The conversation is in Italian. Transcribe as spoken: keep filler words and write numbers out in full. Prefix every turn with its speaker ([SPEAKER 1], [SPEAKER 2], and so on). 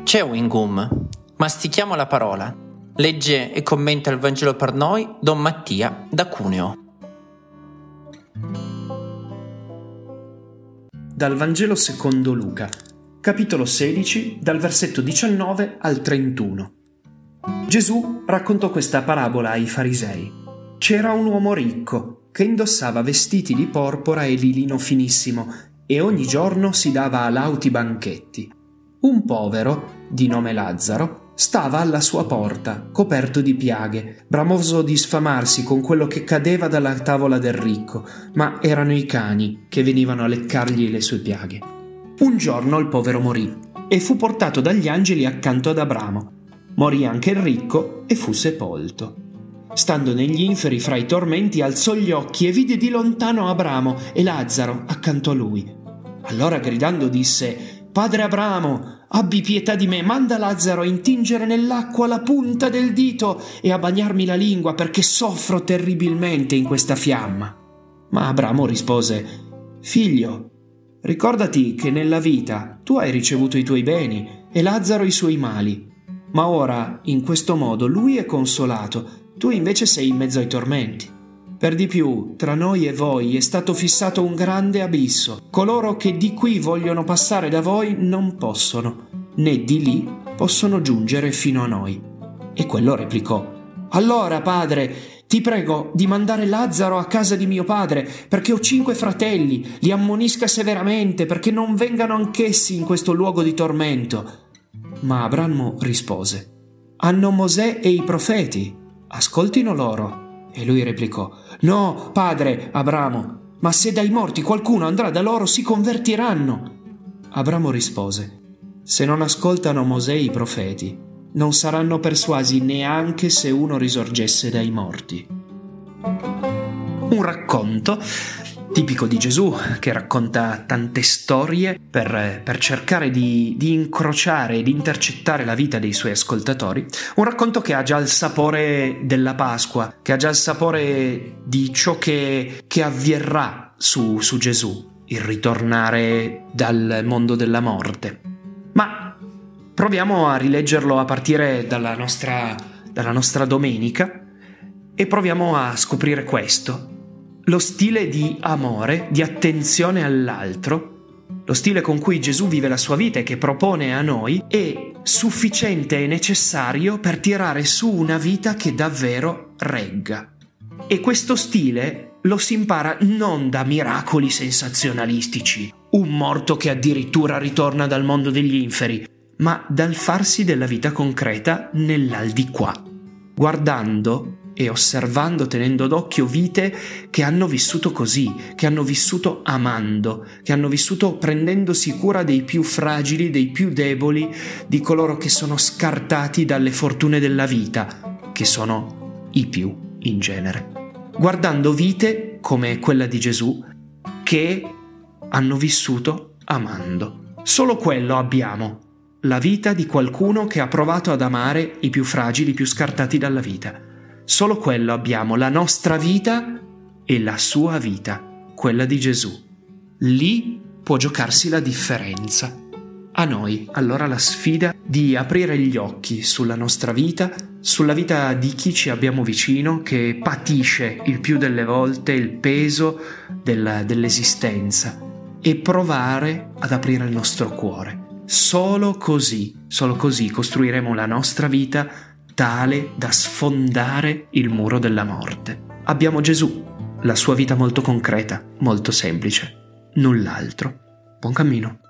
[SPEAKER 1] Chewing gum. Mastichiamo la parola. Legge e commenta il Vangelo per noi Don Mattia da Cuneo.
[SPEAKER 2] Dal Vangelo secondo Luca, capitolo sedici, dal versetto diciannove al trentuno. Gesù raccontò questa parabola ai farisei. C'era un uomo ricco che indossava vestiti di porpora e di lino finissimo e ogni giorno si dava a lauti banchetti. Un povero, di nome Lazzaro, stava alla sua porta, coperto di piaghe, bramoso di sfamarsi con quello che cadeva dalla tavola del ricco, ma erano i cani che venivano a leccargli le sue piaghe. Un giorno il povero morì e fu portato dagli angeli accanto ad Abramo. Morì anche il ricco e fu sepolto. Stando negli inferi fra i tormenti, alzò gli occhi e vide di lontano Abramo e Lazzaro accanto a lui. Allora gridando disse: «Padre Abramo, abbi pietà di me, manda Lazzaro a intingere nell'acqua la punta del dito e a bagnarmi la lingua, perché soffro terribilmente in questa fiamma». Ma Abramo rispose: «Figlio, ricordati che nella vita tu hai ricevuto i tuoi beni e Lazzaro i suoi mali, ma ora in questo modo lui è consolato, tu invece sei in mezzo ai tormenti. Per di più, tra noi e voi è stato fissato un grande abisso. Coloro che di qui vogliono passare da voi non possono, né di lì possono giungere fino a noi». E quello replicò: «Allora, padre, ti prego di mandare Lazzaro a casa di mio padre, perché ho cinque fratelli, li ammonisca severamente, perché non vengano anch'essi in questo luogo di tormento». Ma Abramo rispose: «Hanno Mosè e i profeti, ascoltino loro». E lui replicò: «No, padre Abramo, ma se dai morti qualcuno andrà da loro si convertiranno». Abramo rispose: «Se non ascoltano Mosè e i profeti, non saranno persuasi neanche se uno risorgesse dai morti». Un racconto tipico di Gesù, che racconta tante storie per, per cercare di, di incrociare e di intercettare la vita dei suoi ascoltatori. Un racconto che ha già il sapore della Pasqua, che ha già il sapore di ciò che, che avverrà su, su Gesù, il ritornare dal mondo della morte. Ma proviamo a rileggerlo a partire dalla nostra, dalla nostra domenica e proviamo a scoprire questo. Lo stile di amore, di attenzione all'altro, lo stile con cui Gesù vive la sua vita e che propone a noi, è sufficiente e necessario per tirare su una vita che davvero regga. E questo stile lo si impara non da miracoli sensazionalistici, un morto che addirittura ritorna dal mondo degli inferi, ma dal farsi della vita concreta nell'aldilà, guardando e osservando, tenendo d'occhio vite che hanno vissuto così, che hanno vissuto amando, che hanno vissuto prendendosi cura dei più fragili, dei più deboli, di coloro che sono scartati dalle fortune della vita, che sono i più in genere. Guardando vite come quella di Gesù, che hanno vissuto amando. Solo quello abbiamo, la vita di qualcuno che ha provato ad amare i più fragili, i più scartati dalla vita. Solo quello abbiamo, la nostra vita e la sua vita, quella di Gesù. Lì può giocarsi la differenza. A noi, allora, la sfida di aprire gli occhi sulla nostra vita, sulla vita di chi ci abbiamo vicino, che patisce il più delle volte il peso della, dell'esistenza, e provare ad aprire il nostro cuore. Solo così, solo così costruiremo la nostra vita tale da sfondare il muro della morte. Abbiamo Gesù, la sua vita molto concreta, molto semplice, null'altro. Buon cammino.